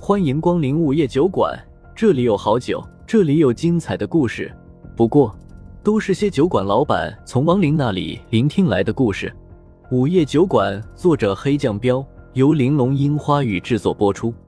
欢迎光临午夜酒馆，这里有好酒，这里有精彩的故事。不过，都是些酒馆老板从亡灵那里聆听来的故事。午夜酒馆，作者黑酱标，由玲珑樱花雨制作播出。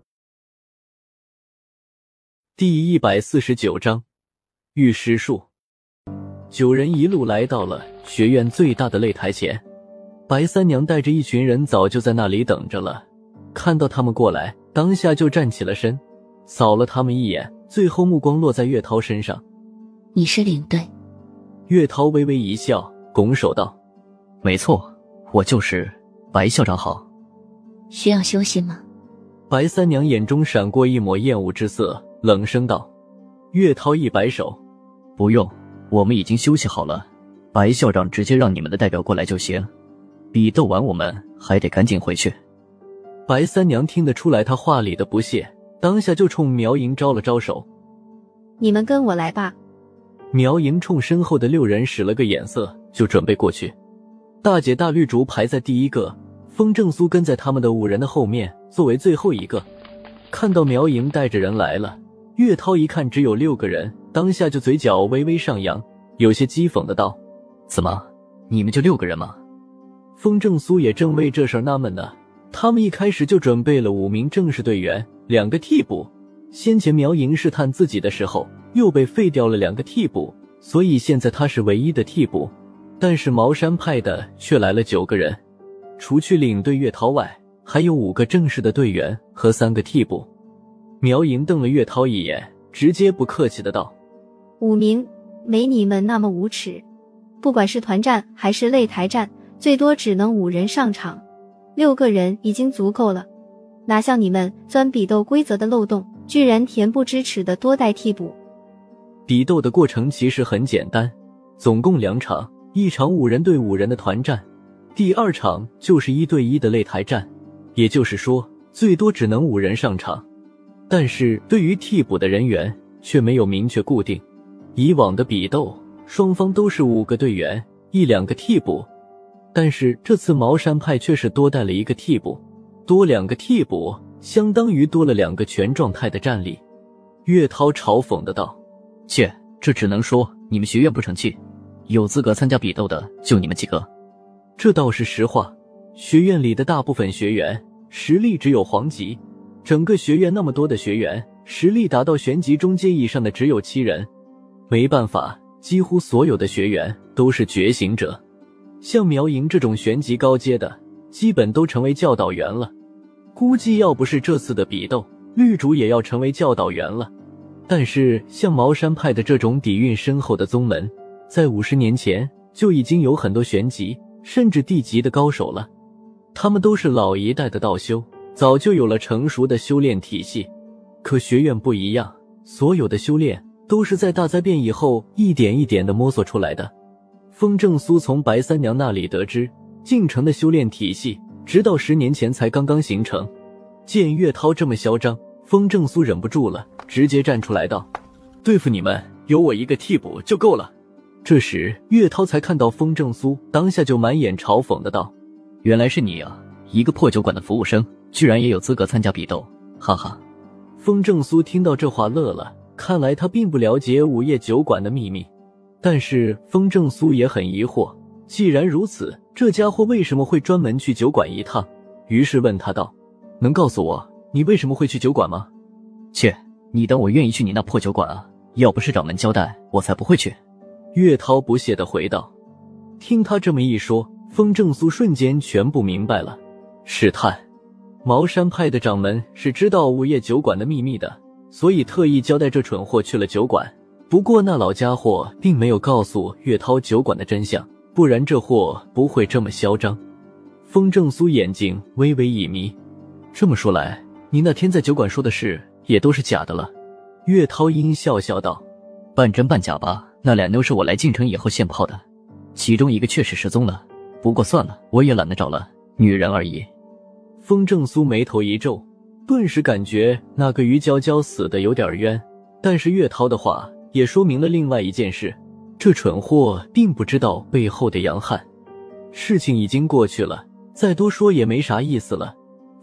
第149章，御师术。9人一路来到了学院最大的擂台前，白三娘带着一群人早就在那里等着了。看到他们过来，当下就站起了身，扫了他们一眼，最后目光落在岳涛身上。 你是领队？ 岳涛微微一笑，拱手道： 没错，我就是白校长好。 需要休息吗？ 白三娘眼中闪过一抹厌恶之色，冷声道。岳涛一摆手： 不用，我们已经休息好了，白校长直接让你们的代表过来就行，比斗完我们还得赶紧回去。 白三娘听得出来他话里的不屑，当下就冲苗莹招了招手： 你们跟我来吧。 苗莹冲身后的6人使了个眼色，就准备过去。大姐大绿竹排在第一个，风正苏跟在他们的5人的后面，作为最后一个。看到苗莹带着人来了，岳涛一看只有6个人，当下就嘴角微微上扬，有些讥讽的道： 怎么，你们就6个人吗？ 风正苏也正为这事儿纳闷呢。他们一开始就准备了5名正式队员，2个替补。先前苗莹试探自己的时候，又被废掉了2个替补，所以现在他是唯一的替补。但是茅山派的却来了9个人，除去领队岳涛外，还有5个正式的队员和3个替补。苗莹瞪了岳涛一眼，直接不客气的道 ：5名，没你们那么无耻。不管是团战还是擂台战，最多只能5人上场，6个人已经足够了。哪像你们钻比斗规则的漏洞，居然恬不知耻的多带替补。 比斗的过程其实很简单，总共2场，一场5人对5人的团战，第2场就是1对1的擂台战，也就是说最多只能5人上场。但是对于替补的人员却没有明确固定，以往的比斗双方都是5个队员1-2个替补，但是这次茅山派却是多带了1个替补，多2个替补相当于多了2个全状态的战力。岳涛嘲讽的道： 切，这只能说你们学院不成器，有资格参加比斗的就你们几个。 这倒是实话，学院里的大部分学员实力只有黄级，整个学院那么多的学员，实力达到玄级中阶以上的只有7人。没办法，几乎所有的学员都是觉醒者，像苗莹这种玄级高阶的基本都成为教导员了。估计要不是这次的比斗，绿竹也要成为教导员了。但是像茅山派的这种底蕴深厚的宗门，在50年前就已经有很多玄级甚至地级的高手了，他们都是老一代的道修，早就有了成熟的修炼体系。可学院不一样，所有的修炼都是在大灾变以后一点一点地摸索出来的。风正苏从白三娘那里得知，晋城的修炼体系直到10年前才刚刚形成。见岳涛这么嚣张，风正苏忍不住了，直接站出来道：对付你们，有我1个替补就够了。这时岳涛才看到风正苏，当下就满眼嘲讽的道： 原来是你啊，一个破酒馆的服务生，居然也有资格参加比斗，哈哈。 风正苏听到这话乐了，看来他并不了解午夜酒馆的秘密。但是风正苏也很疑惑，既然如此，这家伙为什么会专门去酒馆一趟？于是问他道：能告诉我你为什么会去酒馆吗？ 切，你当我愿意去你那破酒馆啊？要不是掌门交代，我才不会去。 岳涛不屑地回道。听他这么一说，风正苏瞬间全部明白了。试探，茅山派的掌门是知道午夜酒馆的秘密的，所以特意交代这蠢货去了酒馆。不过那老家伙并没有告诉岳涛酒馆的真相，不然这货不会这么嚣张。风正苏眼睛微微一眯，这么说来，你那天在酒馆说的事也都是假的了。岳涛阴笑笑道： 半真半假吧，那2妞是我来晋城以后现泡的，其中1个确实失踪了，不过算了，我也懒得找了，女人而已。 风正苏眉头一皱，顿时感觉那个于娇娇死得有点冤。但是岳涛的话也说明了另外一件事，这蠢货并不知道背后的杨汉。事情已经过去了，再多说也没啥意思了。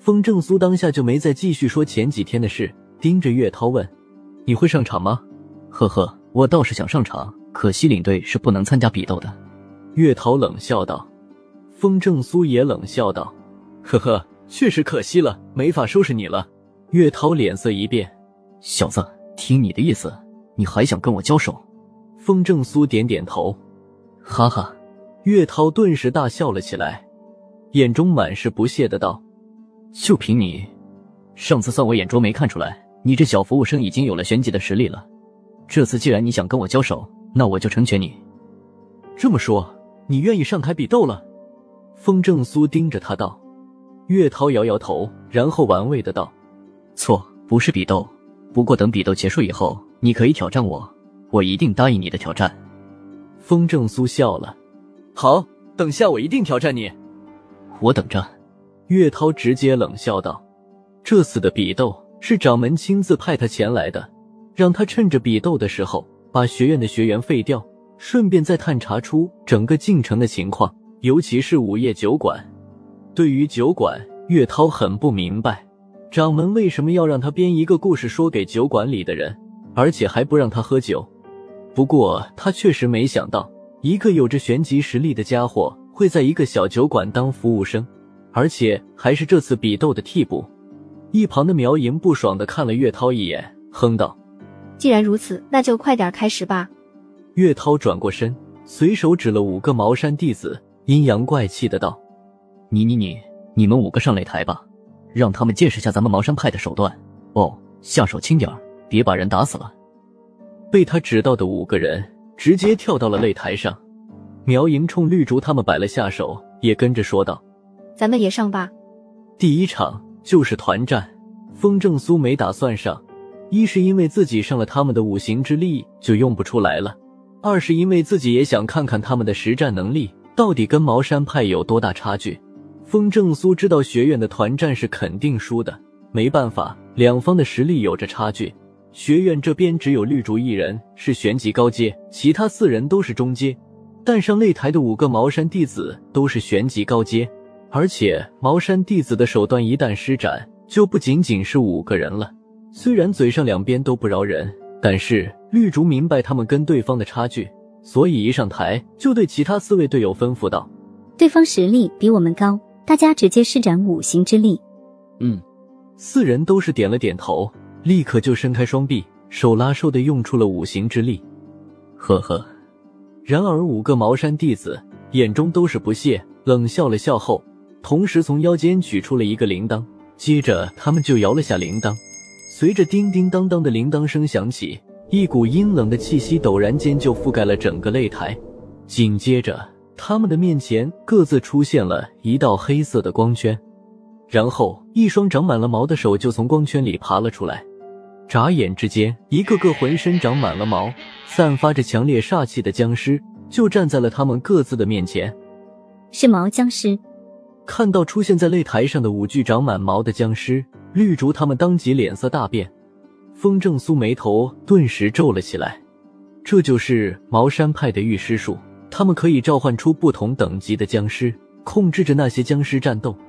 风正苏当下就没再继续说前几天的事，盯着岳涛问：“你会上场吗？”“ 呵呵，我倒是想上场，可惜领队是不能参加比斗的。” 岳涛冷笑道。风正苏也冷笑道：“呵呵，确实可惜了，没法收拾你了。”岳涛脸色一变：“ 小子，听你的意思，你还想跟我交手？” 风正苏点点头。 哈哈， 岳涛顿时大笑了起来，眼中满是不屑的道：“ 就凭你，上次算我眼拙没看出来，你这小服务生已经有了旋级的实力了。这次既然你想跟我交手，那我就成全你。”“ 这么说，你愿意上台比斗了？”风正苏盯着他道。岳涛摇摇头，然后玩味的道：“ 错，不是比斗，不过等比斗结束以后，你可以挑战我，我一定答应你的挑战。” 风正苏笑了：“好，等下我一定挑战你。”“ 我等着。” 岳涛直接冷笑道。这次的比斗是掌门亲自派他前来的，让他趁着比斗的时候把学院的学员废掉，顺便再探查出整个进城的情况，尤其是午夜酒馆。对于酒馆，岳涛很不明白，掌门为什么要让他编一个故事说给酒馆里的人，而且还不让他喝酒。不过他确实没想到，一个有着旋级实力的家伙会在一个小酒馆当服务生，而且还是这次比斗的替补。一旁的苗莹不爽地看了岳涛一眼，哼道：“ 既然如此，那就快点开始吧。” 岳涛转过身，随手指了5个茅山弟子，阴阳怪气的道：“ 你们5个上擂台吧，让他们见识下咱们茅山派的手段。哦，下手轻点儿，别把人打死了。” 被他指到的5个人直接跳到了擂台上。苗莹冲绿竹他们摆了下手，也跟着说道：“ 咱们也上吧。” 第一场就是团战，风正苏没打算上，一是因为自己上了他们的5行之力就用不出来了，二是因为自己也想看看他们的实战能力到底跟茅山派有多大差距。风正苏知道学院的团战是肯定输的，没办法，两方的实力有着差距。学院这边只有绿竹一人是旋级高阶，其他4人都是中阶，但上擂台的5个茅山弟子都是旋级高阶，而且茅山弟子的手段一旦施展，就不仅仅是5个人了。虽然嘴上两边都不饶人，但是绿竹明白他们跟对方的差距，所以一上台就对其他4位队友吩咐道：“ 对方实力比我们高，大家直接施展5行之力。”“ 嗯。 ”4人都是点了点头，立刻就伸开双臂，手拉手的用出了5行之力。 呵呵。 然而5个茅山弟子眼中都是不屑，冷笑了笑后，同时从腰间取出了一个铃铛，接着他们就摇了下铃铛。随着叮叮当当的铃铛声响起，一股阴冷的气息陡然间就覆盖了整个擂台。紧接着他们的面前各自出现了一道黑色的光圈，然后一双长满了毛的手就从光圈里爬了出来。眨眼之间，一个个浑身长满了毛，散发着强烈煞气的僵尸就站在了他们各自的面前。 是毛僵尸。 看到出现在擂台上的5具长满毛的僵尸，绿竹他们当即脸色大变。风正苏眉头顿时皱了起来，这就是茅山派的御尸术，他们可以召唤出不同等级的僵尸，控制着那些僵尸战斗。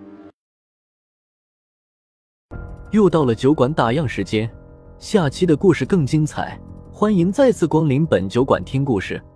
又到了酒馆打烊时间，下期的故事更精彩，欢迎再次光临本酒馆听故事。